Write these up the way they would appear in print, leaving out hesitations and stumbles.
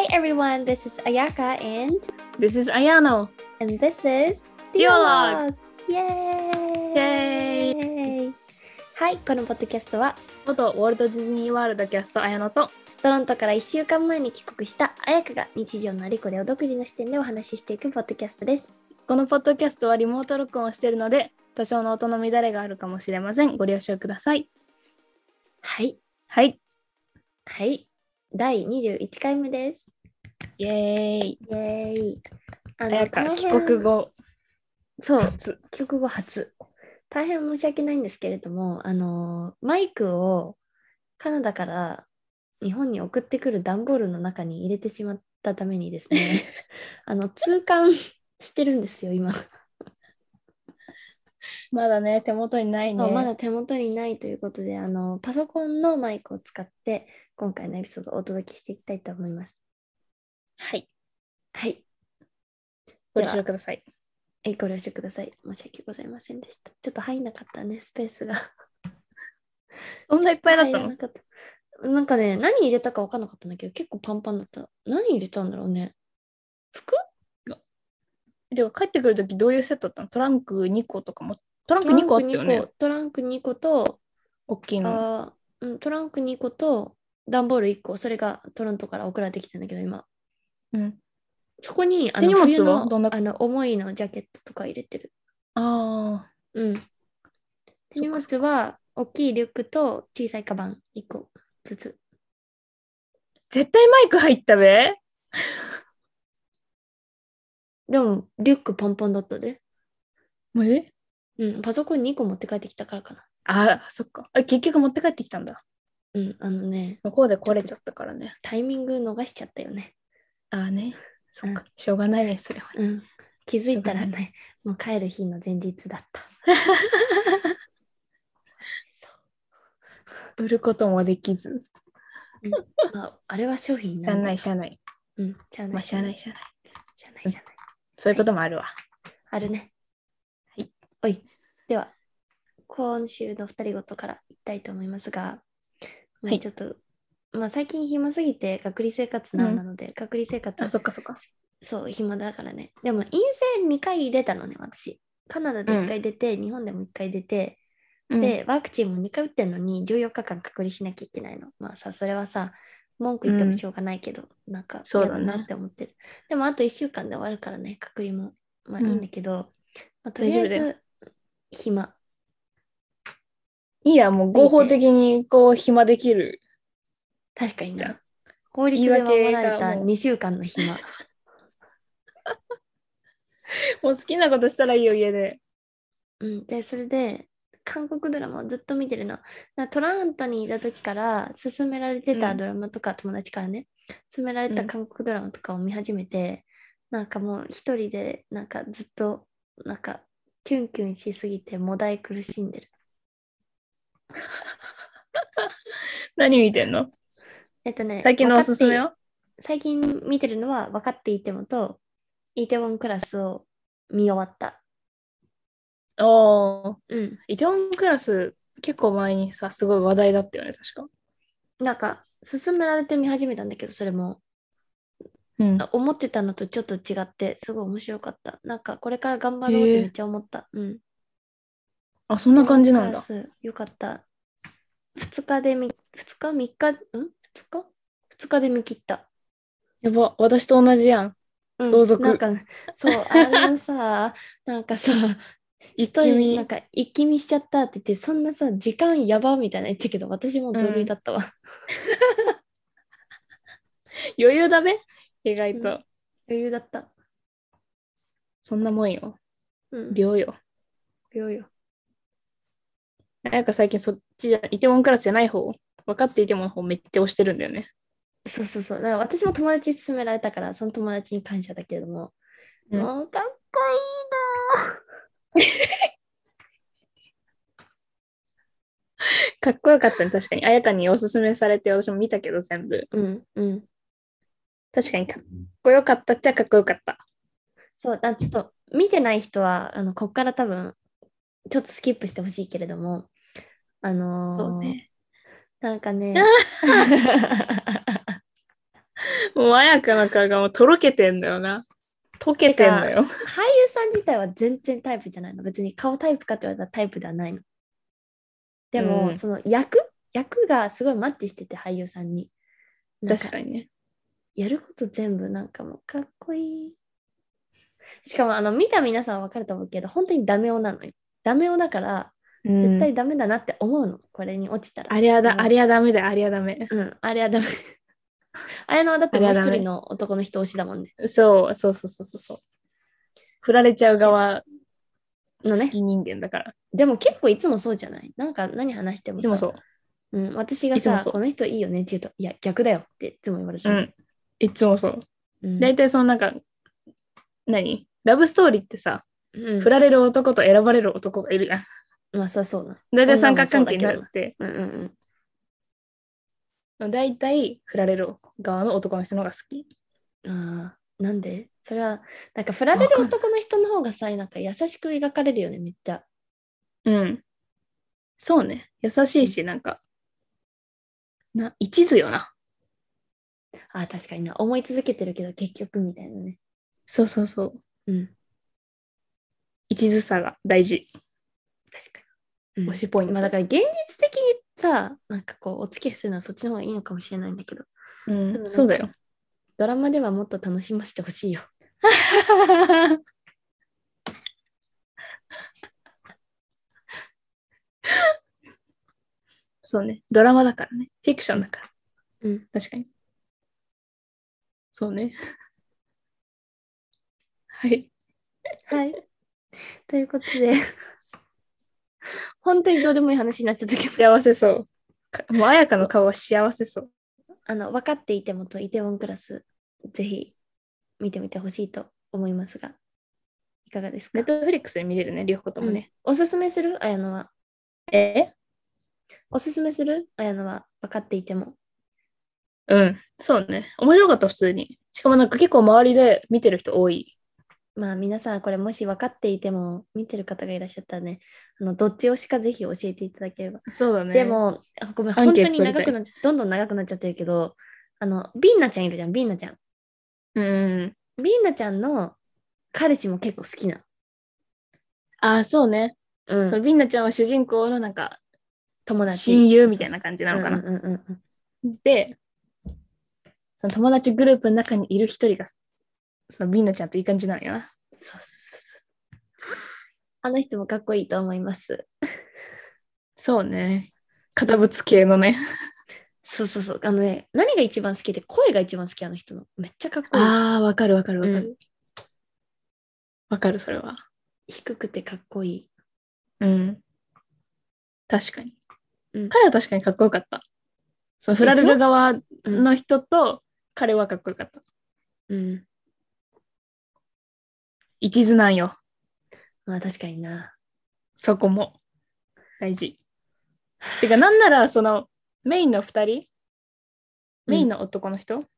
everyone, this is Ayaka and This is Ayano. this is Dialogue! イエーイはい、このポッドキャストは元ウォルト・ディズニー・ワールドキャストAyanoとトロントから1週間前に帰国したAyakaが日常のありこれを独自の視点でお話ししていくポッドキャストです。 このポッドキャストはリモート録音をしているので多少の音の乱れがあるかもしれません。ご了承ください。 はいはい。 第21回目です。 イエーイ。 イエーイ。 Ayaka帰国後帰国後初。大変申し訳ないんですけれども、マイクをカナダから日本に送ってくる段ボールの中に入れてしまったためにですね痛感してるんですよ今まだね手元にないね。 まだ手元にないということでパソコンのマイクを使って今回のエピソードをお届けしていきたいと思います。 はいご了承ください。 ご了承ください。申し訳ございませんでした。ちょっと入んなかったね、スペースがそんないっぱいだったの？ 入らなかった。なんかね、何入れたか分かんなかったんだけど、結構パンパンだった。何入れたんだろうね。服？ でも帰ってくるときどういうセットだったの？トランク2個とかも。トランク2個あったよね。 トランク2個と、 大きいの。 トランク2個と、段ボール1個。それがトロントから送られてきたんだけど、今。そこに手荷物は冬の重いのジャケットとか入れてる。手荷物は大きいリュックと小さいカバン1個ずつ。 絶対マイク入ったべ。 でもリュックパンパンだったで。 マジ？ パソコン2個持って帰ってきたからかな。そっか。結局持って帰ってきたんだ。向こうで壊れちゃったからね。 タイミング逃しちゃったよね。 ね。そっか。しょうがないね、それは。 気づいたらね、もう帰る日の前日だった。 売ることもできず。 あれは商品なんだよ。 しゃあない。 しゃあない。 しゃあない。 そういうこともあるわ。 あるね。はい。では、今週の2人ごとからいきたいと思いますが、ちょっと、最近暇すぎて隔離生活なので、隔離生活。 そっか。 そう、暇だからね。でも陰性2回出たのね、私。カナダで1回出て、日本でも1回出て、で、ワクチンも2回打ってんのに14日間隔離しなきゃいけないの。それはさ、文句言ってもしょうがないけど、なんか嫌だなって思ってる。でもあと1週間で終わるからね、隔離も。いいんだけど、とりあえず、暇。 いいや、もう合法的にこう暇できる。 確かにな。法律で守られた2週間の暇。 もう好きなことしたらいいよ、家で。 で、それで、韓国ドラマをずっと見てるの。トラントにいた時から勧められてたドラマとか、友達からね、勧められた韓国ドラマとかを見始めて、なんかもう一人で、なんかずっと、なんかキュンキュンしすぎて、もだい苦しんでる。 何見てんの？最近のおすすめは？ 最近見てるのは、分かっていてもと、イテウォンクラスを見終わった。 イテウォンクラス結構前にさ、すごい話題だったよね、確か。 なんか、勧められて見始めたんだけど、それも、思ってたのとちょっと違って、すごい面白かった。なんか、これから頑張ろうってめっちゃ思った。 そんな感じなんだ。 よかった。2日で3日で見切った。 やば、私と同じやん。同族。 なんか、そう、さ、なんかさ、一気見しちゃったって言って、そんなさ、時間やばみたいな言ったけど、私も同類だったわ。 余裕だべ？意外と。 余裕だった。 そんなもんよ。秒よ。なんか最近そっちじゃ、イテウォンクラスじゃない方、分かっていてもの方めっちゃ押してるんだよね。 そう。だから私も友達に勧められたから、その友達に感謝だけれども、もうかっこいいなかっこよかったね、確かに。彩香におすすめされて私も見たけど全部。確かにかっこよかったっちゃかっこよかった。 そう、ちょっと見てない人は、こっから多分、ちょっとスキップしてほしいけれども、 そうね。 なんかね、 もう綾香の顔がもうとろけてんだよな。溶けてんのよ。 俳優さん自体は全然タイプじゃないの。別に顔タイプかって言われたらタイプではないの。でも、その役がすごいマッチしてて、俳優さんに。 確かにね。 やること全部なんかもうかっこいい。しかも見た皆さんは分かると思うけど、本当にダメ男なのよ。ダメ男だから、絶対ダメだなって思うの。これに落ちたら。 あれはダメだよ、あれはダメ。 うん、あれはダメ。綾乃はだってもう一人の男の人推しだもんね。 そう。振られちゃう側の好き人間だから。 でも結構いつもそうじゃない？なんか何話してもさ。 いつもそう。 うん、私がさ、この人いいよねって言うと、いや、逆だよっていつも言われる。 うん。いつもそう。大体そのなんか、ラブストーリーってさ、振られる男と選ばれる男がいるやん。 まあ、そうな。 大体三角関係になって、大体振られる側の男の人の方が好き。 ああ、なんで？それは、なんか振られる男の人の方がさ、なんか優しく描かれるよね、めっちゃ。 うん。そうね。優しいし、なんか、一途よな。 ああ、確かにな。思い続けてるけど結局みたいなね。 そう。 うん。 一途さが大事。 確かに。 推しポイント。 まあだから現実的にさ、なんかこう、お付き合いするのはそっちの方がいいのかもしれないんだけど。 うん、そうだよ。 ドラマではもっと楽しませてほしいよ。 そうね。ドラマだからね。フィクションだから。 うん。 確かに。そうね。はい。 はい。ということで、本当にどうでもいい話になっちゃったけど。 幸せそう。もう綾香の顔は幸せそう。 分かっていてもとイテウォンクラス、ぜひ見てみてほしいと思いますが、いかがですか？ ネットフリックスで見れるね、両方ともね。 おすすめする？綾乃は。おすすめする？綾乃は分かっていても。 うん、そうね。面白かった、普通に。しかもなんか結構周りで見てる人多い。 まあ皆さんこれもし分かっていても見てる方がいらっしゃったらね、どっち推しかぜひ教えていただければ。 そうだね。 でも、ごめん、本当にどんどん長くなっちゃってるけど、ビンナちゃんいるじゃん、ビンナちゃん。ビンナちゃんの彼氏も結構好きな。 あ、そうね。 うん。 そのビンナちゃんは主人公のなんか、 友達。 親友みたいな感じなのかな。で、その友達グループの中にいる一人が、そのビンナちゃんといい感じなのよな。 あの人もかっこいいと思います。 そうね。堅物系のね。 そう。何が一番好きで、声が一番好き、あの人の。めっちゃかっこいい。 ああ、わかる。わかる、それは。 低くてかっこいい。 うん。確かに。彼は確かにかっこよかった。その振られる側の人と彼はかっこよかった。 うん。 一途なんよ。 まあ確かにな。 そこも大事。てか、なんなら、そのメインの2人、メインの男の人、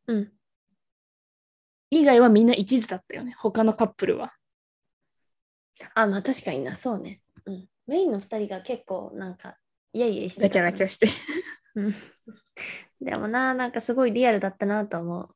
以外はみんな一途だったよね。他のカップルは。 あ、まあ確かにな。そうね。メインの2人が結構なんか、イエイエイしてガチャガチャして。 でもなんかすごいリアルだったなと思う。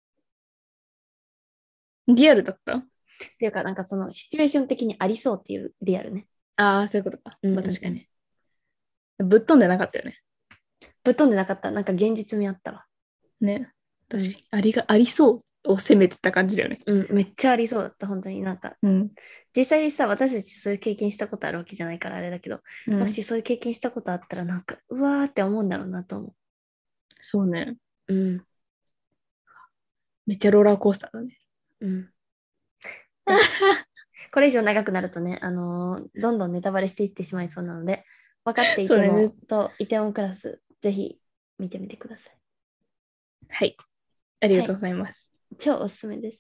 リアルだった？ っていうか、なんかそのシチュエーション的にありそうっていうリアルね。 ああ、そういうことか。まあ確かに。ぶっ飛んでなかったよね。 ぶっ飛んでなかった。なんか現実味あったわ。 ね。確かに。ありそうを攻めてた感じだよね。 めっちゃありそうだった。本当になんか。実際にさ、私たちそういう経験したことあるわけじゃないからあれだけど、もしそういう経験したことあったらなんか、うわーって思うんだろうなと思う。 そうね。めっちゃローラーコースターだね。 これ以上長くなるとね、どんどんネタバレしていってしまいそうなので、分かっていても、とイテウォンクラス、ぜひ見てみてください。 はい。ありがとうございます。 超おすすめです。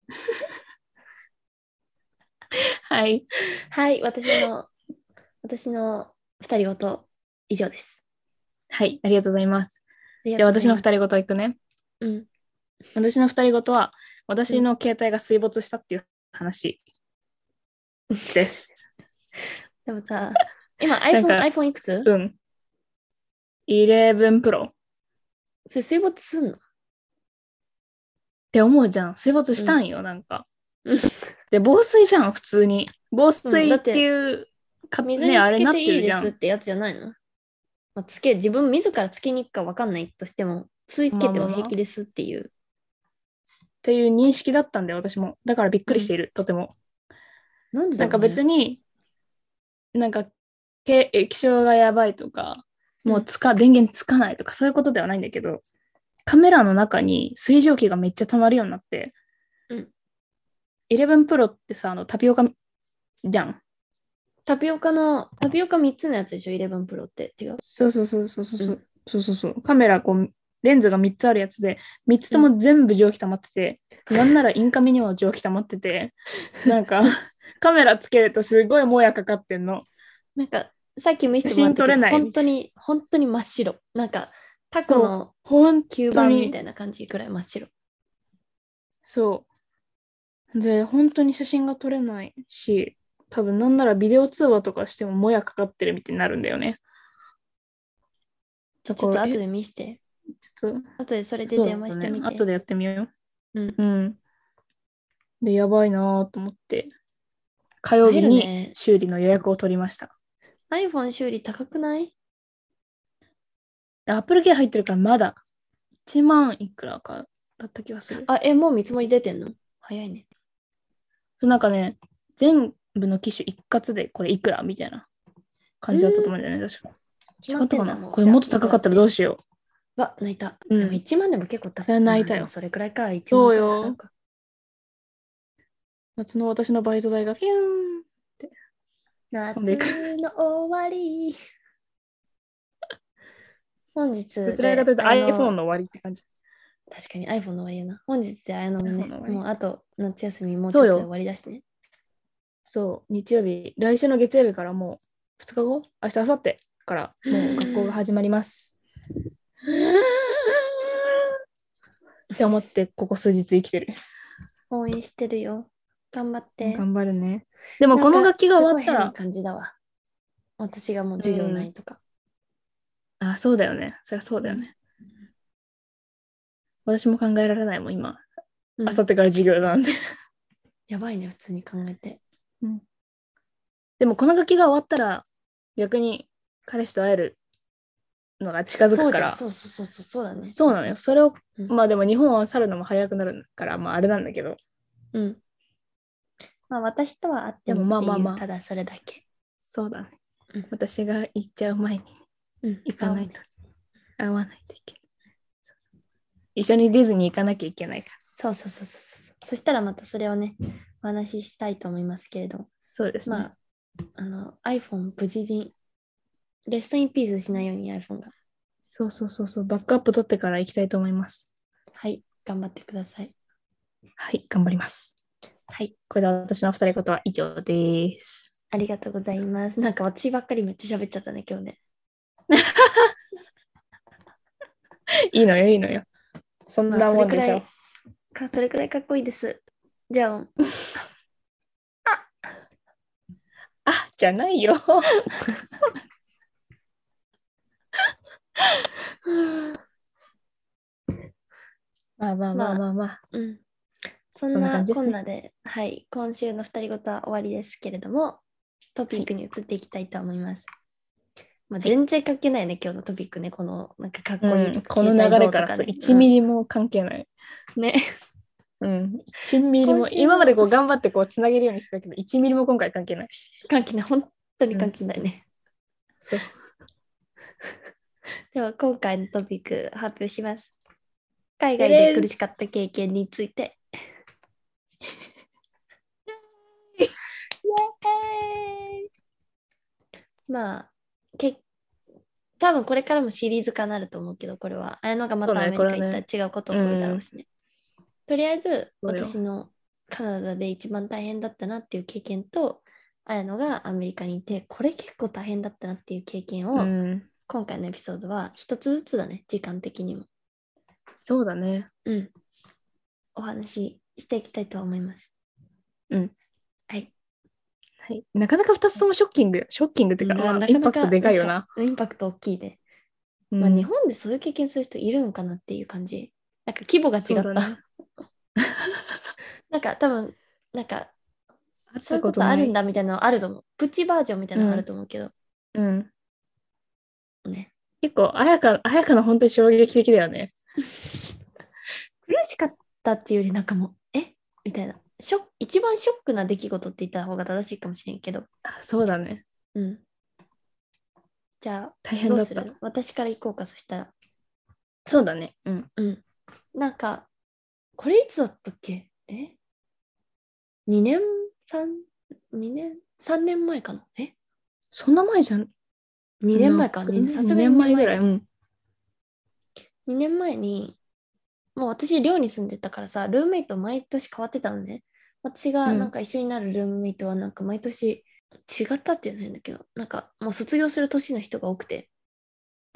はい。 はい、私の二人ごと以上です。 はい、ありがとうございます。じゃあ私の二人ごといくね。私の二人ごとは、私の携帯が水没したっていう話です。 でもさ、今 iPhone いくつ ？11 Pro。 それ水没すんの？ って思うじゃん。水没したんよ、なんか。で、防水じゃん、普通に。防水っていう、 水につけていいですってやつじゃないの？まあ、自分自らつけに行くか分かんないとしても、つけても平気ですっていう。 っていう認識だったんで、私も。だからびっくりしている、とても。 なんでだろうね。 なんか別に、なんか、液晶がやばいとか、もう電源つかないとか、そういうことではないんだけど、カメラの中に水蒸気がめっちゃ溜まるようになって、11 Pro ってさ、タピオカじゃん。 タピオカ3つのやつでしょ、11 Pro って違う？ そう。カメラレンズが3つあるやつで、3つとも全部蒸気溜まってて、なんならインカメにも蒸気溜まってて、なんかカメラつけるとすごいもやかかってんの。 なんかさっき見せてもらったけど、本当に真っ白。なんかタコの吸盤みたいな感じくらい真っ白。 そう。で、本当に写真が撮れないし、多分なんならビデオ通話とかしてももやかかってるみたいになるんだよね。 ちょっと後で見して。後でそれで電話してみて。 後でやってみようよ。で、やばいなと思って、火曜日に修理の予約を取りました。 iPhone 修理高くない？ Apple Care 入ってるからまだ1万いくらかだった気がする。 もう見積もり出てんの？早いね。 なんかね、全部の機種一括でこれいくらみたいな感じだったと思うんだよね、確か。違ったかな？これもっと高かったらどうしよう。泣いた。でも1万でも結構高い。 それ泣いたよ。 それくらいか、1万。 そうよ。夏の私のバイト代がフィューンって夏の終わり。本日で。 どちらかというと iPhone の終わりって感じ。 確かに iPhone の終わりやな。本日でもね、もうあと夏休みもうちょっとで終わりだしね。 そう、日曜日、来週の月曜日からもう2日後、明日、明後日からもう学校が始まります。って思ってここ数日生きてる。 応援してるよ。頑張って。 頑張るね。でもこの楽器が終わったら。 感じだわ。私がもう授業ないとか。 そうだよね。そりゃそうだよね。私も考えられないもん、今。明後日から授業なんで。 やばいね、普通に考えて。 でもこの楽器が終わったら、逆に彼氏と会えるのが近づくから。 そうだね。 そうなのよ。それを、まあでも日本を去るのも早くなるから、まああれなんだけど。 まあ私とは会ってもっていう、ただそれだけ。 そうだね。私が行っちゃう前に行かないと。会わないといけない。一緒にディズニー行かなきゃいけないから。 そう。そしたらまたそれをね、お話ししたいと思いますけれど。 そうですね。 まあ、iPhone 無事にレストインピースしないように iPhone が。 そう。バックアップ取ってから行きたいと思います。 はい。頑張ってください。 はい。頑張ります。 はい。 これで私の二人ことは以上です。 ありがとうございます。なんか私ばっかりめっちゃ喋っちゃったね、今日ね。 いいのよ。そんなもんでしょ。 それくらいかっこいいです。じゃあ。 じゃないよ。まあ。 そんなこんなで、はい、今週の二人ごとは終わりですけれども、トピックに移っていきたいと思います。全然関係ないね、今日のトピックね、このなんかかっこいい、 この流れから1ミリも関係ない。 ね。 1ミリも、今まで頑張ってつなげるようにしてたけど、1ミリも今回関係ない。 本当に関係ないね。 そう。 では、今回のトピック発表します。海外で苦しかった経験について。まあ、多分これからもシリーズ化になると思うけど、これは。綾野がまたアメリカ行ったら違うこと起こるだろうしね。とりあえず、私のカナダで一番大変だったなっていう経験と、綾野がアメリカにいて、これ結構大変だったなっていう経験を、今回のエピソードは一つずつだね、時間的にも。 そうだね。 お話ししていきたいと思います。はい。 なかなか2つともショッキングっていうか、インパクトでかいよな。 インパクト大きいね。日本でそういう経験する人いるのかなっていう感じ。なんか規模が違った。 なんか多分、なんか、 会ったそういうこことない。 とあるんだみたいなのあると思う。プチバージョンみたいなのあるうん。 と思うけど、 うん。 ね。 結構、あやかの本当に衝撃的だよね。 苦しかったっていうより、なんかもう、みたいな。一番ショックな出来事って言った方が正しいかもしれんけど。 あ、そうだね。 うん。じゃあ、 大変だった。 どうする？私から行こうか、そしたら。 そうだね。うん。 うん。なんか、これいつだったっけ2年、3、2年、3年前かなそんな前じゃん。 2年前か、さすがに年 2年前ぐらい。 前だ。 うん。 2年前に、もう私寮に住んでたからさ、ルームメイト毎年変わってたのね。私がなんうん。 か一緒になるルームメイトはなんか毎年違ったっていうの変だけど、なんかもう卒業する年の人が多くて。 うん。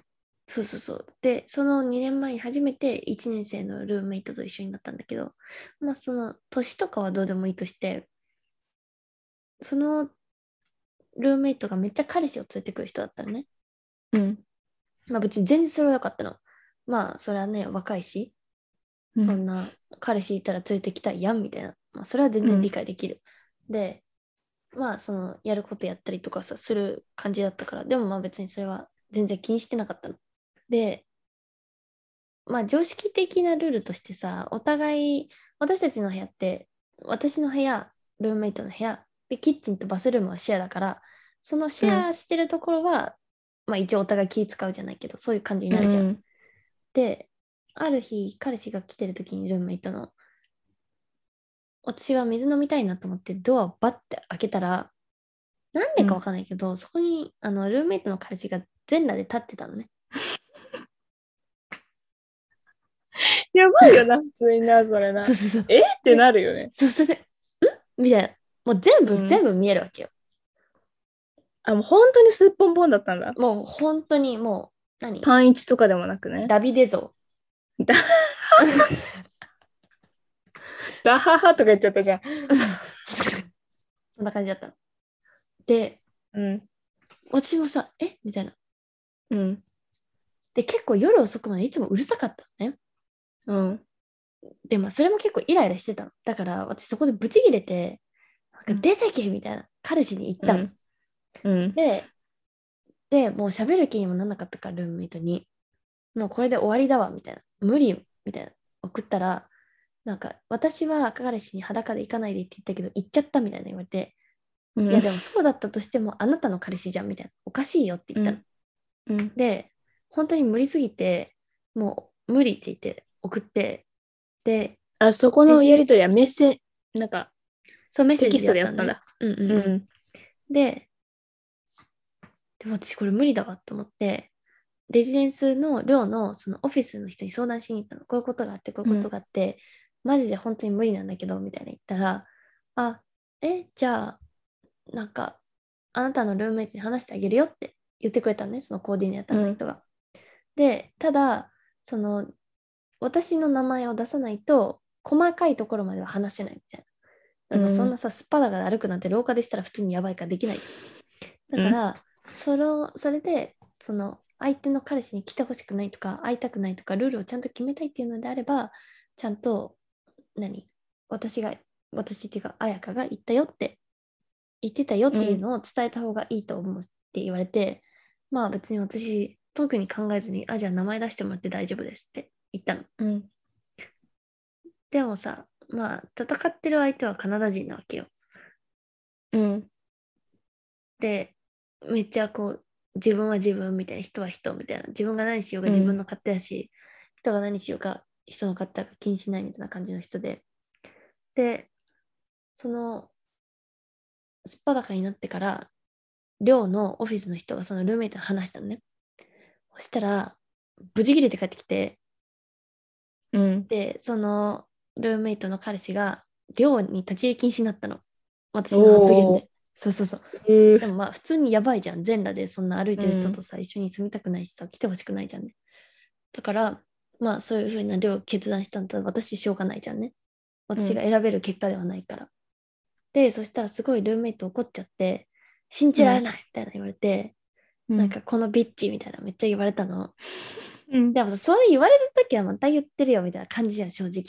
そうそうそう。で、その2年前に初めて1年生のルームメイトと一緒になったんだけど、まあその年とかはどうでもいいとして、そのルームメイトがめっちゃ彼氏を連れてくる人だったのね。 うん。 まあ別に全然それは良かったの。まあそれはね、若いし、 うん。 そんな彼氏いたら連れてきたいやんみたいな。まあそれは全然理解できる。で、まあそのやることやったりとかさ、する感じだったから、でもまあ別にそれは全然気にしてなかったの。で、まあ常識的なルールとしてさ、お互い、私たちの部屋って、私の部屋、ルームメイトの部屋、で、キッチンとバスルームはシェアだから、そのシうん。 ェアしてるところは、まあ一応お互い気使うじゃないけど、そういう感じにうなるじゃん。 ん。 で、ある日、彼氏が来てる時にルームメイトの、私が水飲みたいなと思ってドアをバッて開けたら、なんうん。 でかわかんないけど、そこにルームメイトの彼氏が全裸で立ってたのね。 やばいよな、普通にな、それな。 そうそうそう。 ってで、 なるよね。 そうそれで、みたいな。もう全部、 うん。 全部見えるわけよ。 あ、もう本当にすっぽんぽんだったんだ。 もう本当にもう、 パンイチとかでもなくね。 ダビデ像。 だ、だははとか言っちゃったじゃん。 そんな感じだったの。で、 うん。 私もさ、みたいな。 うん。 で、結構夜遅くまでいつもうるさかったのね。 うん。 で、まあ、それも結構イライラしてたの。だから、私そこでブチギレて、なんかうん。 出てけみたいな、彼氏に言ったの。 うん。うん。 で、もう喋る気にもなんなかったから、ルームメイトに。もうこれで終わりだわ、みたいな。無理、みたいな。送ったら、なんか、私は彼氏に裸で行かないでって言ったけど、行っちゃったみたいな言われて、 うん。 いや、でもそうだったとしても、あなたの彼氏じゃん、みたいな。おかしいよって言ったの。 うん。うん。 で、本当に無理すぎて、もう無理って言って送って、で、 あ、そこのやりとりはなんかそうメッセージテキストでやったのね。 でやったんだ。 うんうんうん。 うん。 で、でも私これ無理だわと思って、レジデンスの寮のそのオフィスの人に相談しに行ったの。こういうことがあって、こういうことうん。 があって、マジで本当に無理なんだけど、みたいな言ったら、あ、じゃあ、なんか、あなたのルームメイトに話してあげるよって言ってくれたのね、そのコーディネータうん。 ーの人が。で、ただ、私の名前を出さないと、細かいところまでは話せないみたいな。 うん。 だからそんなさ、スパラが歩くなんて廊下でしたら普通にやばいからできないじゃん。だうん。 から、それで、相手の彼氏に来てほしくないとか、会いたくないとか、ルールをちゃんと決めたいっていうのであれば、ちゃんと、何私が、私っていうか、彩香が言ったよって言ってたよっていううん。 のを伝えた方がいいと思うって言われて、まあ別に私、特に考えずに、じゃあ名前出してもらって大丈夫ですって言ったの。 うん。 でもさ、まあ戦ってる相手はカナダ人なわけよ。 うん。 で、めっちゃこう、自分は自分みたいな、人は人みたいな、自分が何しようがうん。 自分の勝手だし、人が何しようが人の勝手だか気にしないみたいな感じの人で、で、その、すっぱだかになってから、寮のオフィスの人がそのルーメイトに話したのね。そしたら、無事切れて帰ってきて、 うん。 で、そのルーメイトの彼氏が寮に立ち入り禁止になったの。私の発言おー。 で。そうそうそう。 うー。 でもまあ普通にやばいじゃん。全裸でそんな歩いてる人うん。 とさ、一緒に住みたくないしさ、来てほしくないじゃんね。だから、まあそういうふうな寮を決断したんだったら私しょうがないじゃんね。私がうん。 選べる結果ではないから。で、そしたらすごいルーメイト怒っちゃって、信じられうん。 ないみたいな言われて、 うん。 なんかこのビッチみたいなめっちゃ言われたの。 うん。 でもさ、そう言われるときはまた言ってるよみたいな感じじゃん、正直。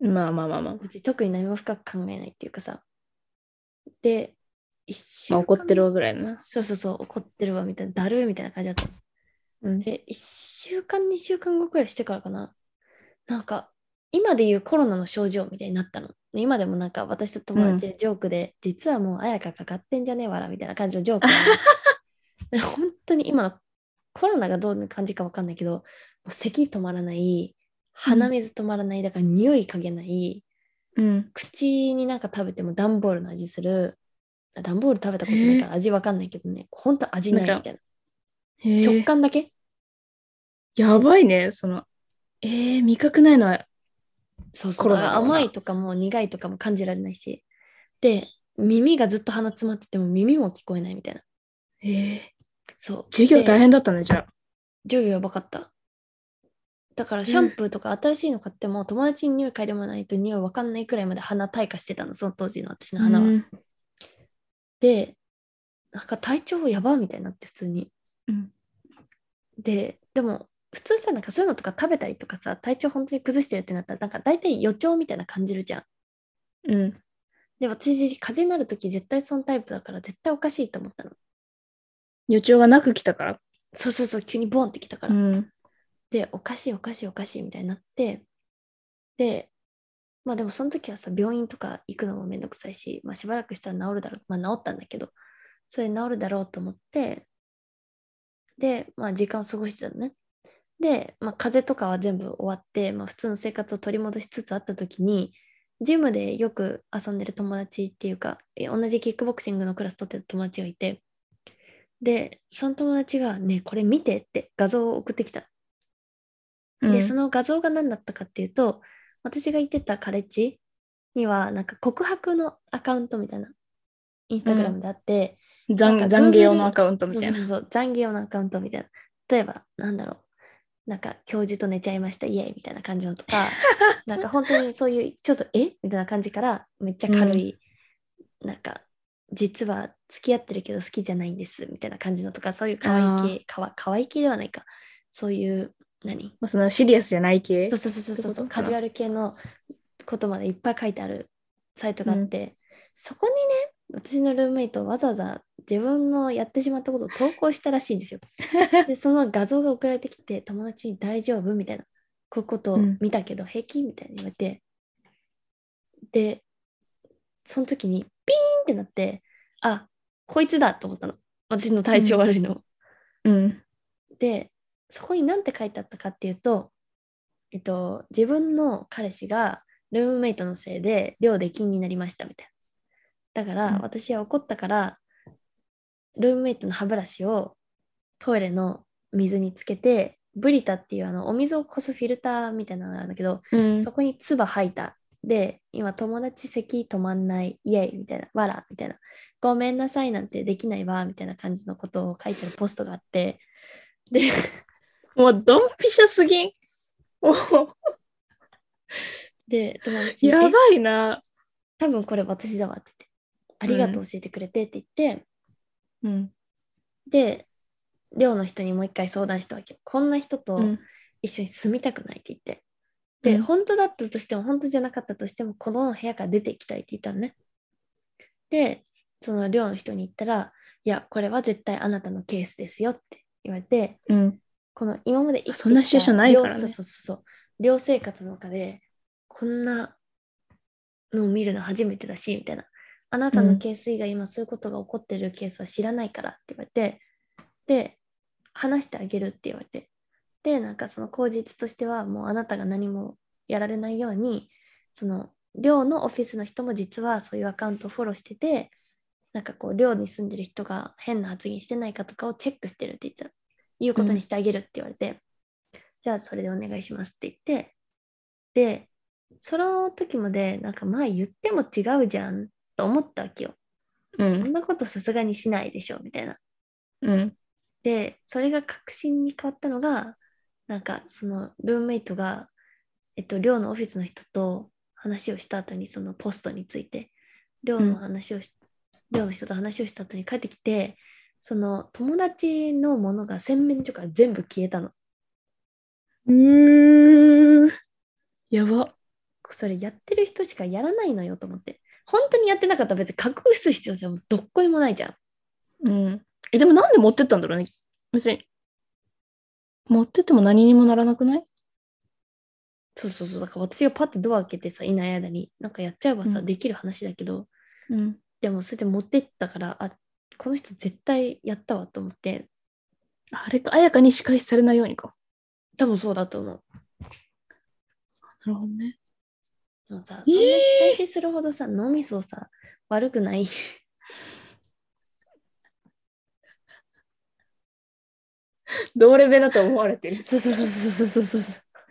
まあまあまあまあ。 別に特に何も深く考えないっていうかさ。で、一週まあ、怒間、 ってるわぐらいだな。 そうそうそう、怒ってるわみたいな、だるーみたいな感じだったの。 うん。 で、1週間、2週間後くらいしてからかな。なんか、今で言うコロナの症状みたいになったの。今でもなんか私と友達でジョークで、実はもう綾香かかってんじゃねえわらみたいな感じのジョークがあるの。で本当に今のコロナがどういう感じか分かんないけど、もう咳止まらない、鼻水止まらない、だから匂い嗅げない、 うん。 口になんか食べても段ボールの味する。段ボール食べたことないへえ。 から味分かんないけどね、ほんと味なんか、 ないみたいな。食へえ。 感だけ。 やばいね。味覚ないのはそうそう、 コロだからナだわな。 甘いとかも苦いとかも感じられないし。で、耳がずっと鼻詰まってても耳も聞こえないみたいな。 へえ。 そう。 授業大で、 変だったね、じゃあ。 授業やばかった。だからシャンうん。 プーとか新しいの買っても友達に匂い嗅いでもらわないと匂いわかんないくらいまで鼻退化してたの、その当時の私のう鼻は。 ん。 で、なんか体調やばみたいになって普通に。 うん。 でも普通さ、なんかそういうのとか食べたりとかさ、体調本当に崩してるってなったら、なんか大体予兆みたいな感じるじゃん。 うん。 で、私、風邪になるとき絶対そのタイプだから絶対おかしいと思ったの。 予兆がなく来たから。 そうそうそう、急にボンってきたから。 うん。 で、おかしいおかしいおかしいみたいになって、で、まあでもその時はさ、病院とか行くのもめんどくさいし、まあしばらくしたら治るだろう。まあ治ったんだけど、それ治るだろうと思って、で、まあ時間を過ごしてたのね。で、まあ風邪とかは全部終わって、まあ普通の生活を取り戻しつつあった時に、ジムでよく遊んでる友達っていうか、同じキックボクシングのクラス取ってる友達がいて、で、その友達がね、これ見てって画像を送ってきた。で、そうん。 の画像が何だったかっていうと、私が行ってたカレッジには、なんか告白のアカウントみたいな、インスタグラムうん。 であって、なんか懺悔用のア Google、 カウントみたいな。 そうそうそうそう、残業用のアカウントみたいな。例えば、なんだろう、なんか教授と寝ちゃいました、イエーイみたいな感じのとか、なんか本当にそういう、ちょっとみたいな感じから、めっちゃうん。 軽い、なんか、実は付き合ってるけど好きじゃないんですみたいな感じのとか、そういう可愛いああ。 系、可愛い系ではないか。そういう、何まあ、そのシリアスじゃない系っそうそうそうてそうそう、 ことかな。 カジュアル系のことまでいっぱい書いてあるサイトうん。 があって、そこにね、私のルームメイトわざわざ自分のやってしまったことを投稿したらしいんですよ。で、その画像が送られてきて、友達に大丈夫みたいな、こういうことをうん。 見たけど平気みたいに言われて、で、その時にピーンってなって、あ、こいつだと思ったの。私の体調うん。 悪いの。 うん。 で、そこに何て書いてあったかっていうと、自分の彼氏がルームメイトのせいで寮で禁になりましたみたいな。だから私は怒ったから、ルームメイトの歯ブラシをトイレの水につけて、ブリタっていうお水をこすフィルターみたいなのがあるんだけど、 うん。 そこに唾吐いた。で、今友達咳止まんない、イエイみたいな、わらみたいな、ごめんなさいなんてできないわみたいな感じのことを書いてるポストがあって、で、 もうドンピシャすぎん。おーで、友達に、 やばいな。 多分これ私だわって言って、ありがとううん。 教えてくれてって言って、 うん。 で、寮の人にもう一回相談したわけ。こんな人とうん。 一緒に住みたくないって言って。で、 うん。 本当だったとしても、本当じゃなかったとしても、この部屋から出ていきたいって言ったのね。で、その寮の人に言ったら、いや、これは絶対あなたのケースですよって言われて、 うん。 この今まで生きそんてきなシチュエーションないたからね。 そうそうそう、寮生活の中で、こんなのを見るの初めてだし、みたいな。あなたのうん。 ケース以外今そういうことが起こってるケースは知らないからって言われて、で、話してあげるって言われて、で、なんかその口実としては、もうあなたが何もやられないように、その寮のオフィスの人も実はそういうアカウントをフォローしてて、なんかこう寮に住んでる人が変な発言してないかとかをチェックしてるって言ってた。いうことにうん。 してあげるって言われて、じゃあそれでお願いしますって言って、で、その時までなんか前言っても違うじゃんと思ったわけよ。 うん。 そんなことさすがにしないでしょみたいな。 うん。 で、それが確信に変わったのが、なんかそのルームメイトが、寮のオフィスの人と話をした後に、そのポストについて、 うん。 寮の人と話をした後に帰ってきて、その友達のものが洗面所から全部消えたの。 うーやば。 それやってる人しかやらないのよと思って。本当にやってなかったら別に隠す必要性もどっこいもないじゃん。 うん。でもなんで持ってったんだろうね。別に。持ってっても何にもならなくない？ そうそうそう。だから私がパッとドア開けてさ、いない間に、なんかやっちゃえばさ、できる話だけど、 うん。 でもそれで持ってったから、あ、この人絶対やったわと思って、 あれか、彩香に仕返しされないようにか。 多分そうだと思う。 なるほどね。 でもさ、そんな仕返しするほどさ、脳みそさ、悪くない。 同レベルだと思われてる。 そうそうそうそうそうそう。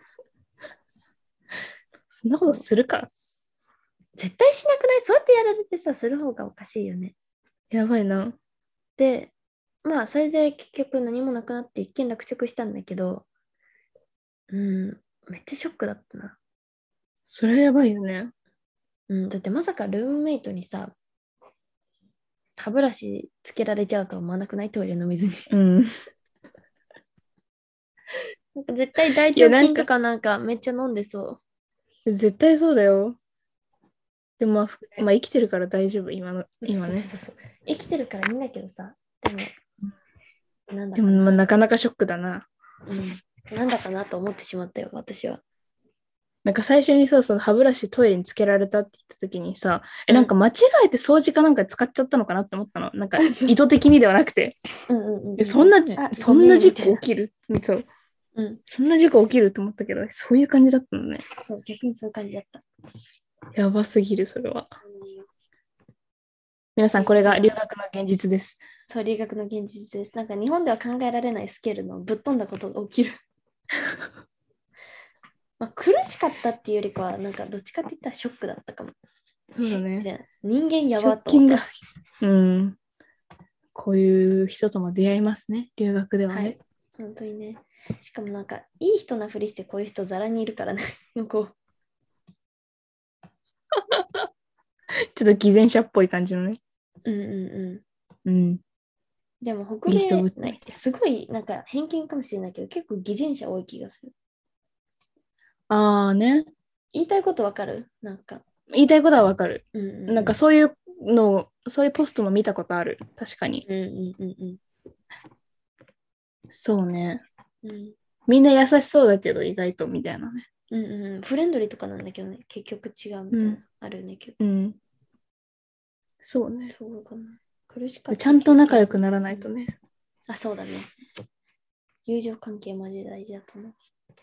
そんなことするか。 絶対しなくない？そうやってやられてさ、する方がおかしいよね。 やばいな。 で、まあ、それで結局何もなくなって一件落着したんだけど、めっちゃショックだったな。 それはやばいよね。 だってまさかルームメイトにさ、歯ブラシつけられちゃうと思わなくない？トイレの水に。 うん。 なんか絶対大いや、なんか、 腸菌とかなんかめっちゃ飲んでそ絶対そうだよ。でも、 う。 まあ、生きてるから大丈夫、今ね。 そう。生きてるからいいんだけどさ、でも、なんだでも、 かな。 まあ、なかなかショックだな。 なんだかなと思ってしまったよ、私は。 なんか最初にさ、その歯ブラシトイレにつけられたって言った時にさ、 うんなんか間違えて掃除かなんか使っちゃったのかなって思ったの。なんか意図的にではなくて。そんな事故起きるそう。そんな事故起きると思ったけど、そういう感じだったのね。 そう、逆にそういう感じだった。 やばすぎる、それは。皆さん、これが留学の現実です。 そう、留学の現実です。なんか日本では考えられないスケールのぶっ飛んだことが起きる。まあ、苦しかったっていうよりかは、なんかどっちかって言ったらショックだったかも。 そうだね。 人間やショばと思った。 ッキングすぎ。うん。こういう人とも出会いますね、留学ではね。はい、 本当にね。しかもなんか、いい人なふりしてこういう人ざらにいるからね。向こう。 ちょっと偽善者っぽい感じのね。 うん。でも北米ってすごいなんか偏見かもしれないけど、結構偽善者多い気がする。 ああね。 言いたいことわかる？なんか。 言いたいことはわかる。なんかそういうの、そういうポストも見たことある。確かに。そうね。みんな優しそうだけど意外とみたいなね。 フレンドリーとかなんだけどね、結局違うみたいな、あるねけど。 そうね。 そうかな。苦しかった。 ちゃんと仲良くならないとね。 あ、そうだね。友情関係マジ大事だと思う。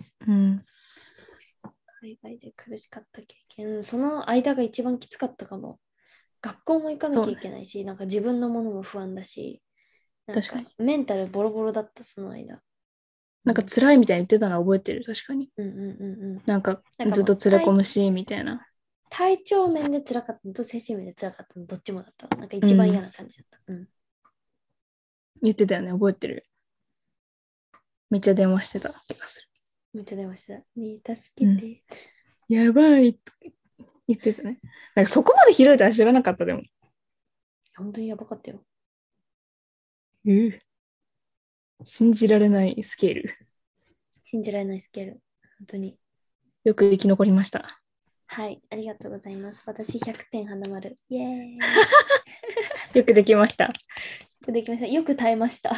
海外で苦しかった経験、その間が一番きつかったかも。学校も行かなきゃいけないし、なんか自分のものも不安だし、なんかメンタルボロボロだった、その間。 なんか辛いみたいに言ってたの覚えてる、確かに。なんかずっと連れ込むし、みたいな。 体調面で辛かったのと精神面で辛かったのどっちもだった。なんか一番嫌な感じだった。 言ってたよね、覚えてる。めっちゃ電話してた気がする。 めっちゃ電話してた。ねえ、助けて。 やばいと言ってたね。なんかそこまでひどいとは知らなかった、でも。 本当にやばかったよ。 信じられないスケール。 信じられないスケール。本当に。 よく生き残りました。 はい、ありがとうございます。私100点花丸。イエーイ。 よくできました。よくできました。よく耐えました。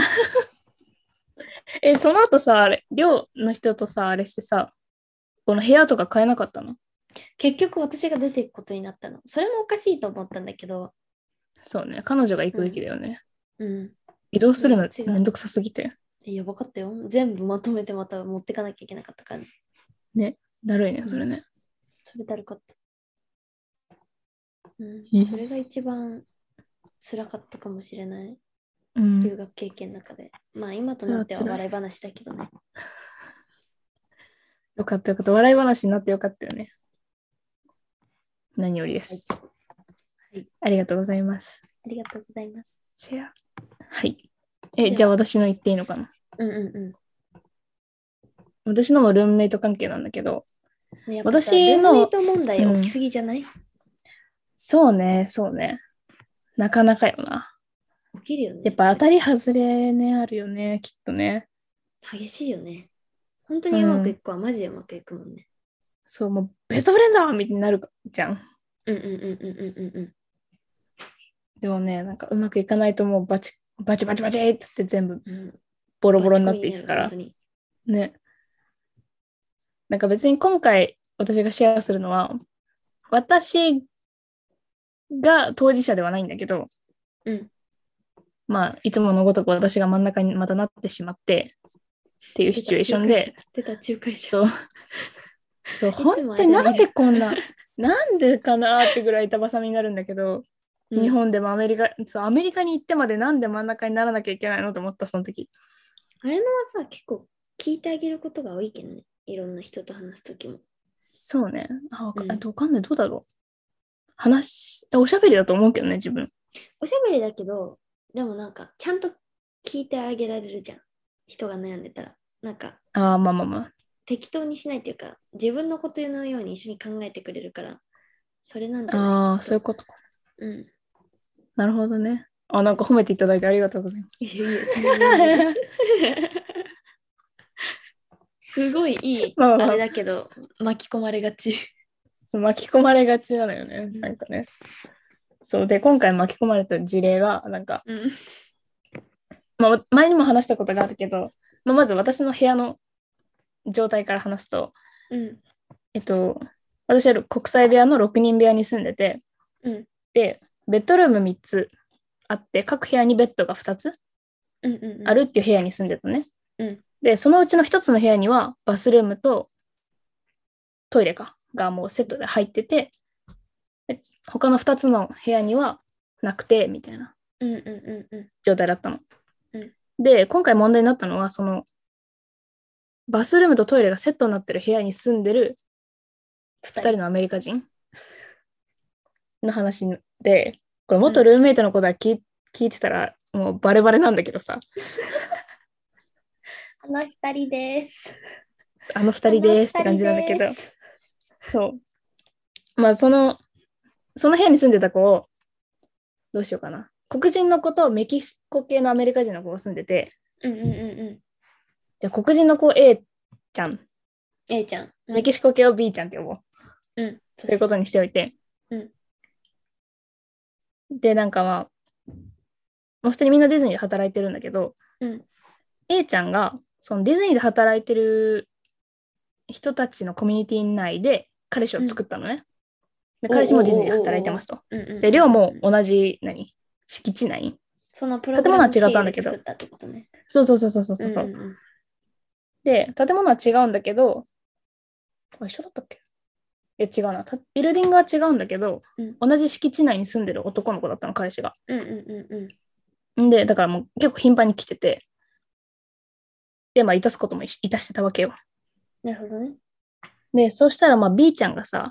その後さ、寮の人とさ、あれしてさ、この部屋とか変えなかったの？ 結局私が出ていくことになったの。それもおかしいと思ったんだけど。 そうね、彼女が行くべきだよね。移動するのめんどくさすぎて。 やばかったよ。全部まとめてまた持ってかなきゃいけなかったからね。 ね、だるいね、それね。 それだるかった。それが一番辛かったかもしれない。留学経験の中で。まあ今となっては笑い話だけどね。 よかったよかった。笑い話になってよかったよね。何よりです。はい。ありがとうございます。 ありがとうございます。 シェア。はい。じゃあ私の言っていいのかな？私のもルームメイト関係なんだけど、 私のルームメイト問題起きすぎじゃない？ そうね、そうね。なかなかよな。 起きるよね。 やっぱ当たり外れね、あるよね、きっとね。 激しいよね。本当にうまくいく子はマジでうまくいくもんね。 そう、もうベストフレンドみたいになるじゃん。 うんうんうんうんうんうん。 でもね、なんかうまくいかないともうバチバチってって全部うんボロボロになっていくから。 バチコイにね。なんか別に今回私がシェアするのは、私が当事者ではないんだけど、 うん、 まあ、いつものごとく私が真ん中にまたなってしまってっていうシチュエーションで、 出た仲介者。 そう、そう本当になんでこんな、なんでかなってぐらい板挟みになるんだけど、うん、日本でもアメリカに行ってまでなんで真ん中にならなきゃいけないのと思った、その時。 あれのはさ、結構聞いてあげることが多いけどね。いろんな人と話すときも。 そうね。わかんない。どうだろう。おしゃべりだと思うけどね、自分。 おしゃべりだけど、でもなんか、ちゃんと聞いてあげられるじゃん。人が悩んでたら。なんか、 まあ。 適当にしないっていうか、自分のことのように一緒に考えてくれるから、それなんじゃない？ そういうことか。 うん。 なるほどね。なんか褒めていただいてありがとうございます。 すごいいい、あれだけど、巻き込まれがち。 巻き込まれがちなのよね。なんかね。そうで、今回巻き込まれた事例が、なんか、まあ、前にも話したことがあるけど、まず私の部屋の状態から話すと、私は国際部屋の6人部屋に住んでて、で、ベッドルーム3つあって、各部屋にベッドが2つあるっていう部屋に住んでたね。で、そのうちの1つの部屋にはバスルームとトイレがもうセットで入ってて、他の2つの部屋にはなくてみたいな状態だったの。で、今回問題になったのは、そのバスルームとトイレがセットになってる部屋に住んでる2人のアメリカ人の話で、これ元ルームメイトのことは聞いてたらもうバレバレなんだけどさ。 あの2人です。 あの2人ですって感じなんだけど。そう。まあその部屋に住んでた子を、どうしようかな。黒人の子とメキシコ系のアメリカ人の子が住んでて、じゃあ黒人の子 A ちゃん。 A ちゃん。 メキシコ系を B ちゃんって呼ぼう。ということにしておいて。で、なんかまあ、普通にみんなディズニーで働いてるんだけど、A ちゃんが、そのディズニーで働いてる人たちのコミュニティ内で彼氏を作ったのね。で彼氏もディズニーで働いてますと。で、寮も同じ、敷地内。 そのプログラム経由で作ったってことね。 そう。で、建物は違うんだけど、一緒だったっけ？いや違うな。ビルディングは違うんだけど、同じ敷地内に住んでる男の子だったの、彼氏が。で、だからもう結構頻繁に来てて、で、まあ、いたすこともいたしてたわけよ。 なるほどね。 で、そうしたら、まあ、B ちゃんがさ、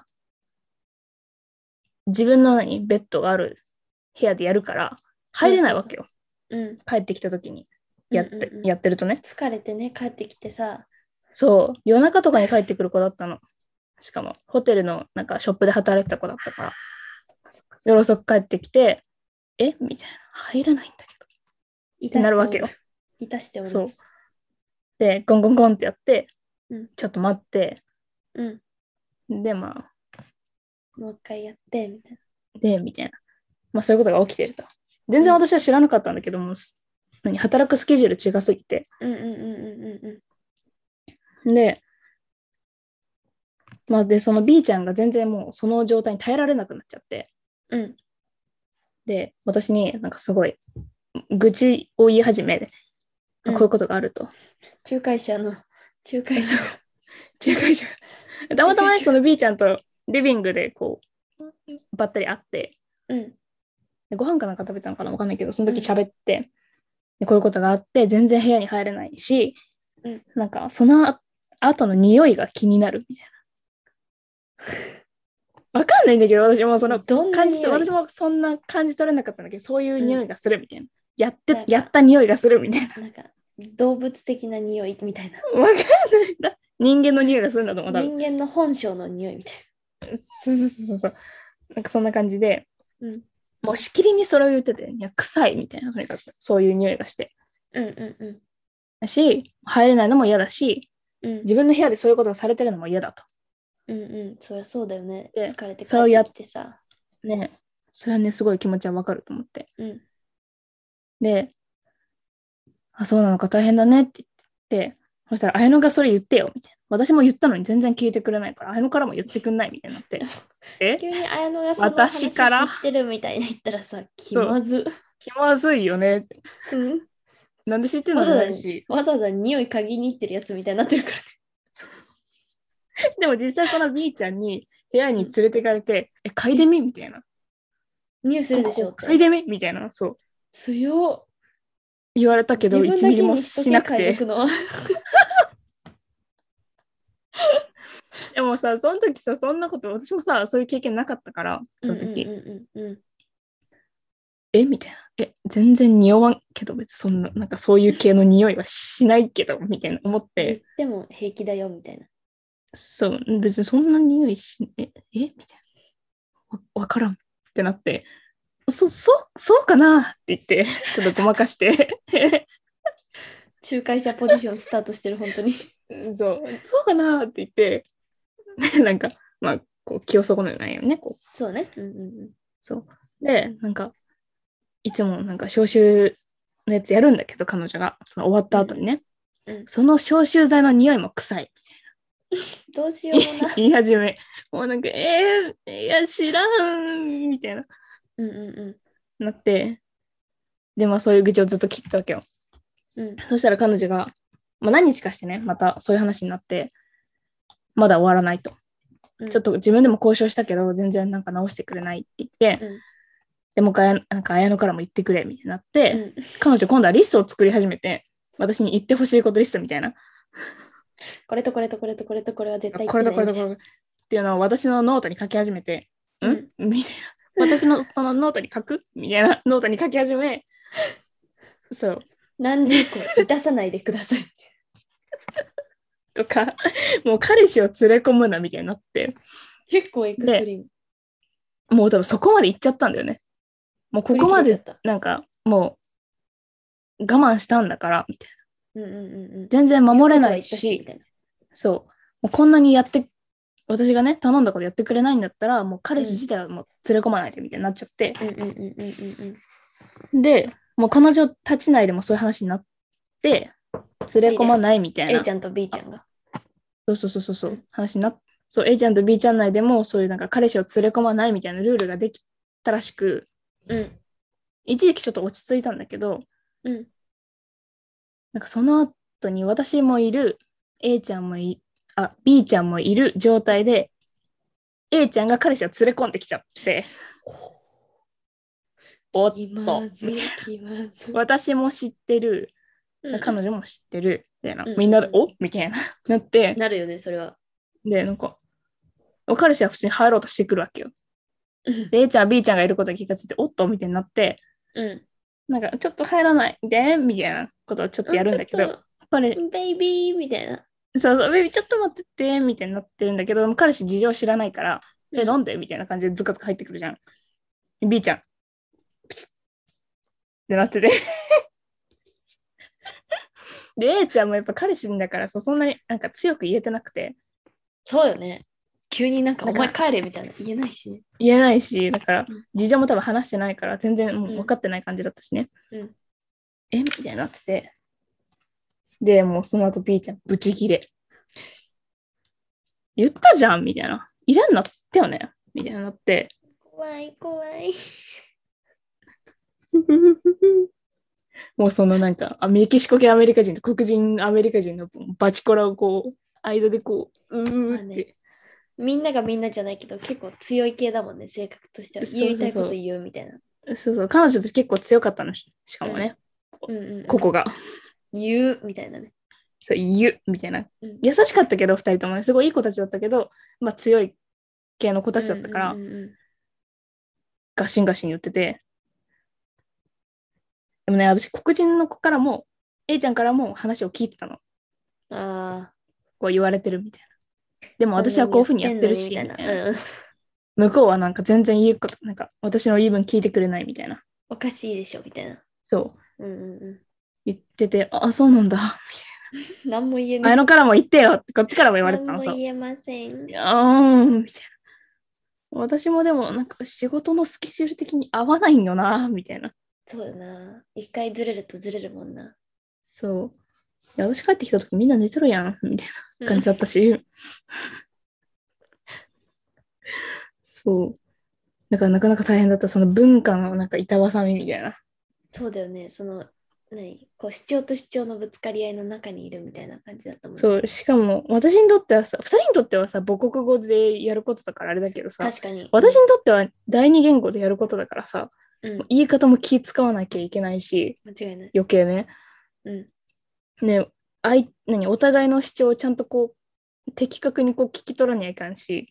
自分のベッドがある部屋でやるから、入れないわけよ。帰ってきた時にやってるとね。 疲れてね、帰ってきてさ。 そう、夜中とかに帰ってくる子だったの。しかも、ホテルのなんかショップで働いてた子だったから。夜遅く帰ってきて、みたいな。入れないんだけど。ってなるわけよ。 いたしておる。 そう。で、ゴンゴンゴンってやって、ちょっと待って、で、まあ。 もう一回やって、みたいな。 みたいな。まあ、そういうことが起きてると。全然私は知らなかったんだけども、働くスケジュール違すぎて。で、まあ、で、その B ちゃんが全然もうその状態に耐えられなくなっちゃって。で、私になんかすごい愚痴を言い始め、こういうことがあると。 仲介者。 たまたまその B ちゃんとリビングでこう、ばったり会って、でご飯かなんか食べたのかなわかんないけど、その時喋って、でこういうことがあって、全然部屋に入れないし、なんかその後の匂いが気になるみたいな。わかんないんだけど、私もその感じ私もそんな感じ取れなかったんだけど、そういう匂いがするみたいな。やった匂いがするみたいな。 なんか動物的な匂いみたいな。 わかんないな。人間の匂いがするんだと思った。 人間の本性の匂いみたいな。そう。なんかそんな感じで、もうしきりにそれを言ってて、いや、臭いみたいな、とにかくそういう匂いがして。だし、入れないのも嫌だし、自分の部屋でそういうことがされてるのも嫌だと。 うんうん、そりゃそうだよね。 で疲れて帰それをやっってきてさ。 ね、それはね、すごい気持ちはわかると思って。 うん。 で、あ、そうなのか大変だねって言って、そしたら、綾乃がそれ言ってよ、みたいな。私も言ったのに全然聞いてくれないから、綾乃からも言ってくんないみたいになって。え急に綾乃がその話私から知ってるみたいな言ったらさ、気そう、 まず。 気まずいよねって。 うん。 なんで知ってんのってわざわざ、 なるし。 わざわざ匂い嗅ぎに行ってるやつみたいになってるからね。 でも実際その B ちゃんに部屋に連れてかれて、嗅いでみみたいな。 匂いするでしょっこ嗅いて。 でみみたいな。そう。 強っ。 言われたけど、 自分 1ミリもだけにしとしなくけ嗅いでくて。 のは。 でもさ、その時さ、そんなこと、私もさ、そういう経験なかったから、その時。 うんみたいな。全然匂わんけど、別にそんな、なんかそういう系の匂いはしないけど、みたいな思っ言って、 ても平気だよみたいな。 そう、別にそんな匂いみたいな。わからんってなって、そうかなって言って、ちょっとごまかして、 仲介者ポジションスタートしてる、本当に。 そうかなって言って、なんか、まあ、こう気を損ねないよね、こう。 そうね。うん。 そう。で、なんか、いつもなんか消臭のやつやるんだけど、彼女が、その終わった後にね、その消臭剤の匂いも臭い。 どうしようもな。 言い始め、もうなんか、いや、知らん、みたいな、なって、で、まあそういう愚痴をずっと聞いてたわけよ。そしたら彼女が、まあ、何日かしてね、またそういう話になって、まだ終わらないと。ちょっと自分でも交渉したけど、全然なんか直してくれないって言って、でもう一回、なんか綾乃からも言ってくれ、みたいになって、彼女今度はリストを作り始めて、私に言ってほしいことリストみたいな。 これとこれとこれとこれとこれは絶対言こってねれとこれとこれっていうのを私のノートに書き始めて、みたいな。私のそのノートに書くみたいなノートに書き始め、そう。 何時以降出さないでください。 とか、もう彼氏を連れ込むなみたいになって。 結構エクストリーム。 もう多分そこまで行っちゃったんだよね。もうここまでなんかもう我慢したんだからみたいな。全然守れないし、そう。もうこんなに私がね、頼んだことやってくれないんだったら、もう彼氏自体はもう連れ込まないでみたいになっちゃって。で、もう彼女たち内でもそういう話になって、連れ込まないみたいな。 A ちゃんと B ちゃんが。 そう、話になって、そう、A ちゃんと B ちゃん内でもそういうなんか彼氏を連れ込まないみたいなルールができたらしく、一時期ちょっと落ち着いたんだけど、なんかその後に私もいる、B ちゃんもいる状態で、A ちゃんが彼氏を連れ込んできちゃって、おっと、私も知ってる、彼女も知ってる、みたいな、みんなで、みたいな、なって、 なるよね、それは。 で、なんか、彼氏は普通に入ろうとしてくるわけよ。で、A ちゃんは B ちゃんがいることに気がついて、おっとみたいになって、なんか、ちょっと入らないで、みたいなことをちょっとやるんだけど、 ベイビーみたいな。 そう、ベイビーちょっと待ってて、みたいになってるんだけど、彼氏事情知らないから、なんでみたいな感じでズカズカ入ってくるじゃん。B ちゃん、プチッってなってて。で、A ちゃんもやっぱ彼氏だからそんなになんか強く言えてなくて。 そうよね。急になんかお前帰れみたいな言えないしね。 言えないし、だから事情も多分話してないから全然もう分かってない感じだったしね。みたいになってて。で、もうその後 B ちゃんブチギレ。言ったじゃんみたいな。入れんなってよねみたいになって。 怖い怖い。 もうそのなんかメキシコ系アメリカ人と黒人アメリカ人のバチコラをこう間でこうって、 みんながみんなじゃないけど結構強い系だもんね、性格としては。言いたいこと言うみたいな。 そう彼女と結構強かったの しかもね、ここが言うみたいなね。 言うみたいな、優しかったけど2人ともねすごいいい子たちだったけど、まあ強い系の子たちだったから、ガシンガシン言ってて。でもね、私黒人の子からも A ちゃんからも話を聞いてたの。こう言われてるみたいな。でも私はこういうふうにやってるしみたいな。向こうはなんか全然言うこと、なんか私の言い分聞いてくれないみたいな。 おかしいでしょみたいな。 そう。言ってて、あ、そうなんだみたいな。 何も言えない。 あのからも言ってよってこっちからも言われてたのさ。 何も言えません。 みたいな。私もでもなんか仕事のスケジュール的に合わないんよな、みたいな。 そうだな。一回ずれるとずれるもんな。 そう。いや、私帰ってきた時みんな寝てるやん、みたいな感じだったし。そう。だからなかなか大変だった。その文化のなんか板挟みみたいな。 そうだよね。こう主張と主張のぶつかり合いの中にいるみたいな感じだったもんね。 そう。しかも私にとってはさ、二人にとってはさ、母国語でやることだからあれだけどさ、 確かに。 私にとっては第二言語でやることだからさ、 うん。 言い方も気使わなきゃいけないし、 間違いない。 余計ね。 うん。 ね、お互いの主張をちゃんとこう、的確にこう聞き取らにゃいかんし、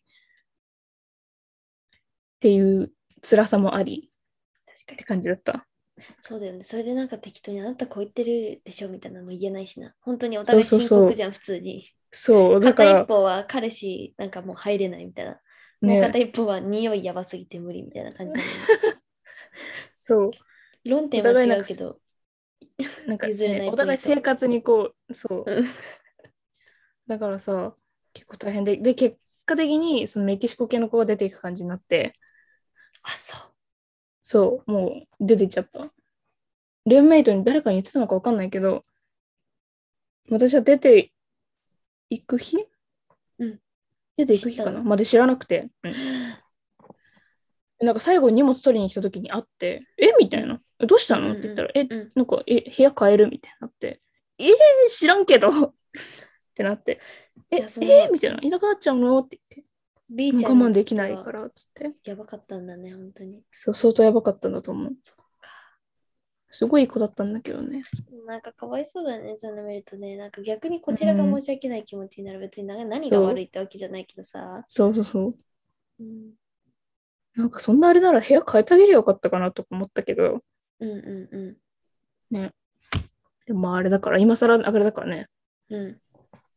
っていう辛さもありって確かに。 感じだった。 そうだよね。それでなんか適当にあなたこう言ってるでしょみたいなのも言えないしな。本当におそう互いそうそう。 深刻じゃん、普通に。 そう、だか片一ら、 方は彼氏なんかもう入れないみたいな。もうね、 片一方は匂いやばすぎて無理みたいな感じなのに。 そう、お論点は互いなんか、 違うけど、 なんかね、 譲れないおポイント。 互い生活にこう、そう、 うん。 だからさ、結構大変で、結果的にそのメキシコ系の子が出ていく感じになって、 あ、そう。 そう、もう出ていっちゃった。ルームメイトに誰かに言ってたのか分かんないけど、私は出ていく日うん。 出ていく日かな知ったの？ まで知らなくて、うん。なんか最後に荷物取りに来た時に会って、みたいな。どうしうんうたのって言ったら、 んうん。 なんか、部屋変えるみたいになって、知らんけどってなって、 じゃあそのみたいな、いなくなっちゃうのって言って、 B もうちゃんにとっ我慢できてはないから、つって。 やばかったんだね、本当に。 そう、相当やばかったんだと思う。 そっか。 すごいいい子だったんだけどね。 なんかかわいそうだね、そういうの見るとね。なんか逆にこちらが申うん。 し訳ない気持ちになる。別に何がそう、 悪いってわけじゃないけどさ。 そうそうそう。 うん、 なんかそんなあれなら部屋変えてあげればよかったかなとか思ったけど、 うんうね。でもまああれだから、今更あれだからね。 んうん。うん。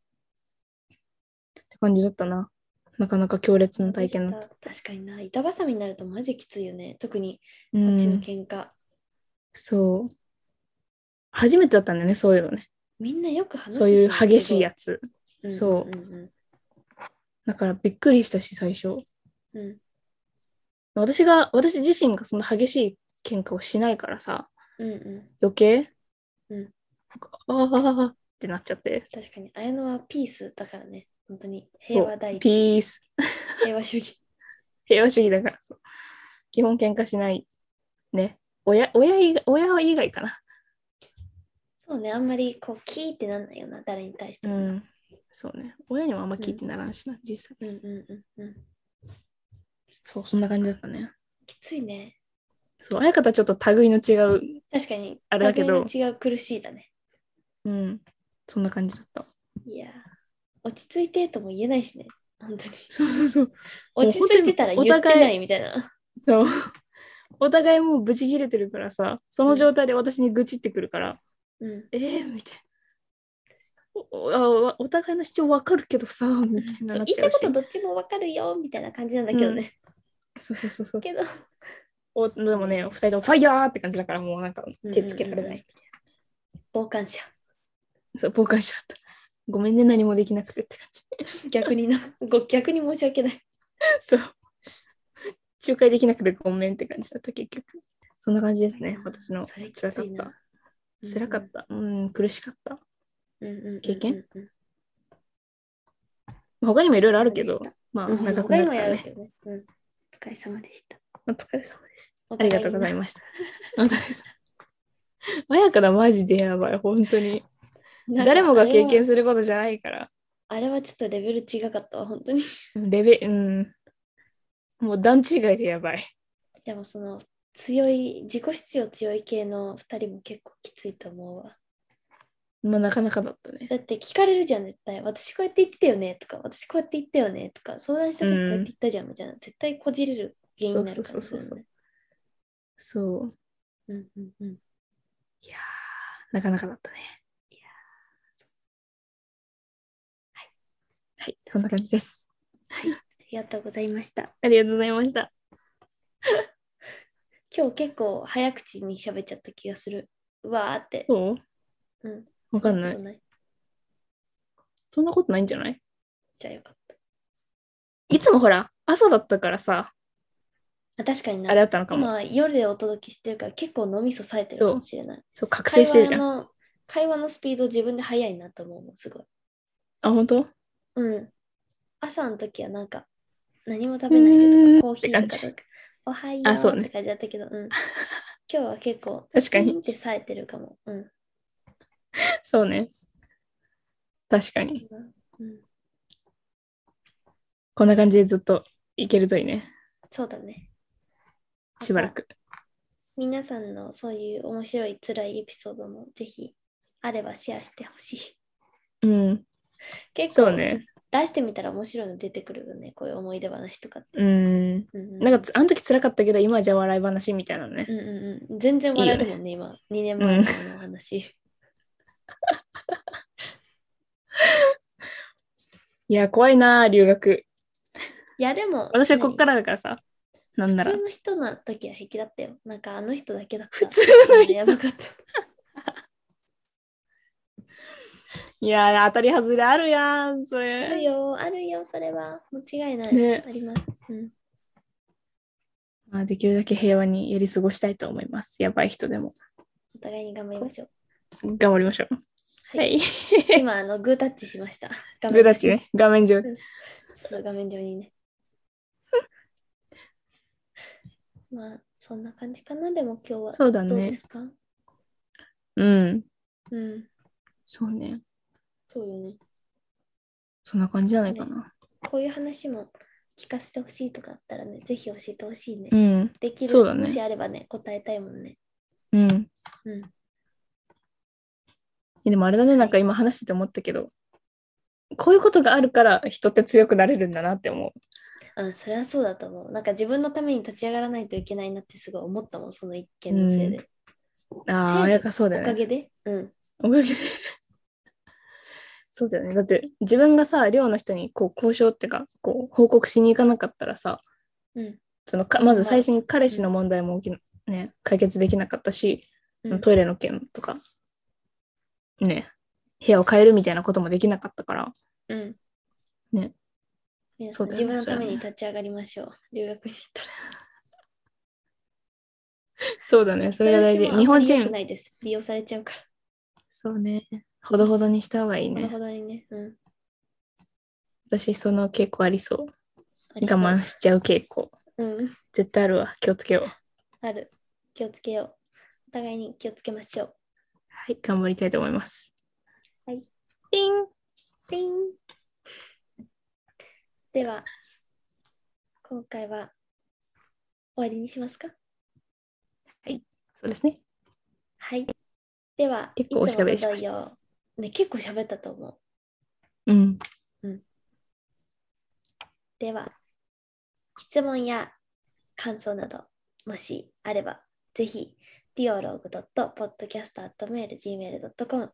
って感じだったな。なかなか強烈なそうでし体験だった。 た。確かにな。板挟みになるとマジきついよね。特にうこっちのん。 喧嘩。 そう。初めてだったんだよね、そういうのね。 みんなよくそういう話すしね、 激すごい。 しいやつ。 うんうんそう。 うんだからびっくりしたし、最初。 うん。うん私自身がそんな激しい喧嘩をしないからさ、 うんう余計、 ん。うん。 ああってなっちゃって。 確かに。綾乃はピースだからね。本当に平和そう。 第一。 ピース。 平和主義。 平和主義だからそう。基本喧嘩しない。ね。親以外かな。 そうね、あんまりこう、キーってなんないよな、誰に対してもな。 うん。そうね。親にもあんまうん聞いてならんしな、実際。 うんうんうんうん。 そう、そんな感じだったね。 きついね。 そう、親方ちょっと類の違う、 確かに、 あれだけ類のど、 違う苦しいだね。 うん。そんな感じだった。 いやー、落ち着いてとも言えないしね。本当に。 そうそうそう。もう落ち本当に着いてたらお言ってな互い、 いみたいな。 そう。お互いもうブチ切れてるからさ、その状態で私に愚痴ってくるから、 うん。 みたいな。お互いの主張わかるけどさ、みたいなそう、 なっ言いたいことちゃうし。 どっちもわかるよみたいな感じなんだうん。 けどね。 そうそうそうそう。 けど。 でもね、 ね、 二人ともファイヤーって感じだから、もうなんか手つけられない。 傍観者。 そう、傍観しちゃった。ごめんね、何もできなくてって感じ。 逆に申し訳ない。 そう。仲介できなくてごめんって感じだった、結局。そんな感じですね、私のそれき辛かった。 ついな。 辛かった。苦しかった。経験他にもいろいろあるけど、まあ、長く他にもなるからね。 やるけどね。うん。お疲れ様でした。 お疲れ様です。 おありがとうございました。お互いさん。親からマジでやばい、本当に。誰もが経験することじゃないから。 あれはちょっとレベル違かったわ、本当に。 もう段違いでやばい。 でもその自己主張強い系の2人も結構きついと思うわ。 まあなかなかだったね。 だって聞かれるじゃん、絶対。私こうやって言ってたよねとか、私こうやって言ったよねとか、相談した時こうやって言ったじゃんみたいな。絶対こじれる原因になるからそうね。 そう。 いやー、なかなかだったね。 はい。 はい、そんな感じです。 はい、ありがとうございました。 ありがとうございました。 今日結構早口に喋っちゃった気がする。うわーって。 そうわかんない。 そんなことないんじゃない？ じゃあよかっいつもほら、朝だったからさ、 た。確かにな。 あれだったのかも。 今夜でお届けしてるから結構脳みそ冴えてるかもしれない。 そう、覚醒してるじゃん。 会話のスピード自分で速いなと思うもん、すごい。 あ、本当？ うん。朝の時はなんか何も食べないでとか、コーヒーとかとか、おはようって感じだったけど、今日は結構、 確かに。 ピンって冴えてるかも。 そうね。確かに。こんな感じでずっといけるといいね。 そうだね。 しばらく。 皆さんのそういう面白い辛いエピソードもぜひあればシェアしてほしい。結構、ね、出してみたら面白いの出てくるよね。こういう思い出話とかって。 なんかあの時辛かったけど今じゃ笑い話みたいなね。 全然笑えるもんね、今。2年前のお話。 いや、怖いな、留学。 いや、でも。 私はこっからだからさ。なんなら。 普通の人の時は平気だったよ。なんかあの人だけだった。 普通の人。 やばかった。 いや、当たり外れあるやん、それ。 あるよ、それは。間違いない。ね、あります。 まあ、できるだけ平和にやり過ごしたいと思います。やばい人でも。 お互いに頑張りましょう。 頑張りましょう。はい。 今、グータッチしました。 グータッチね。画面上。 そう、画面上にね。まあ、そんな感じかな。でも今日はそうだね。 どうですか？ そうね。 そうよね。 そんな感じじゃないかな。 ね、こういう話も聞かせてほしいとかあったらね、ぜひ教えてほしいね。できる、 そうだね、 もしあればね、答えたいもんね。 でもあれだね、なんか今話してて思ったけど、こういうことがあるから人って強くなれるんだなって思う。それはそうだと思う。なんか自分のために立ち上がらないといけないなってすごい思ったもん、その一件のせいで。 ああ、やかそうだよね。 おかげでおかげで。そうだよね。だって自分がさ、寮の人にこう交渉ってか、こう報告しに行かなかったらさ、まず最初に彼氏の問題もね、解決できなかったし、トイレの件とか、ね、部屋を変えるみたいなこともできなかったから、ね。 そうだね、自分のために立ち上がりましょう。留学に行ったら。 そうだね、それが大事。日本人。 良くないです。利用されちゃうから。 そうね。ほどほどにした方がいいね。 ほどほどにね。 私、その傾向ありそう。我慢しちゃう傾向。絶対あるわ。気をつけよう。 ある。気をつけよう。お互いに気をつけましょう。 はい、頑張りたいと思います。 はい。 ピンピンでは、今回は終わりにしますか？ はい、そうですね。 はい。では、 結構おしゃべりしました。 ね、結構喋ったと思う。 では、質問や感想など、もしあれば、ぜひ、dialogue.podcast@gmail.com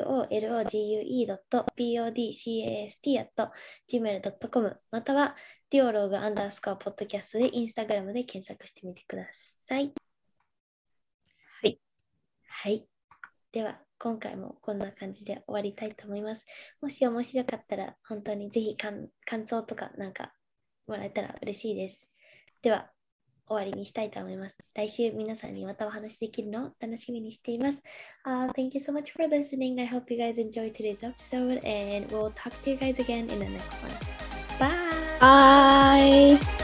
dialogue.podcast@gmail.com または dialogue_podcast でインスタグラムで検索してみてください。 はい。 はい。では、今回もこんな感じで終わりたいと思います。もし面白かったら、本当にぜひ感想とかなんかもらえたら嬉しいです。では、終わりにしたいと思います。来週皆さんにまたお話できるのを楽しみにしています。Thank you so much for listening. I hope you guys enjoyed today's episode and we'll talk to you guys again in the next one. Bye! Bye!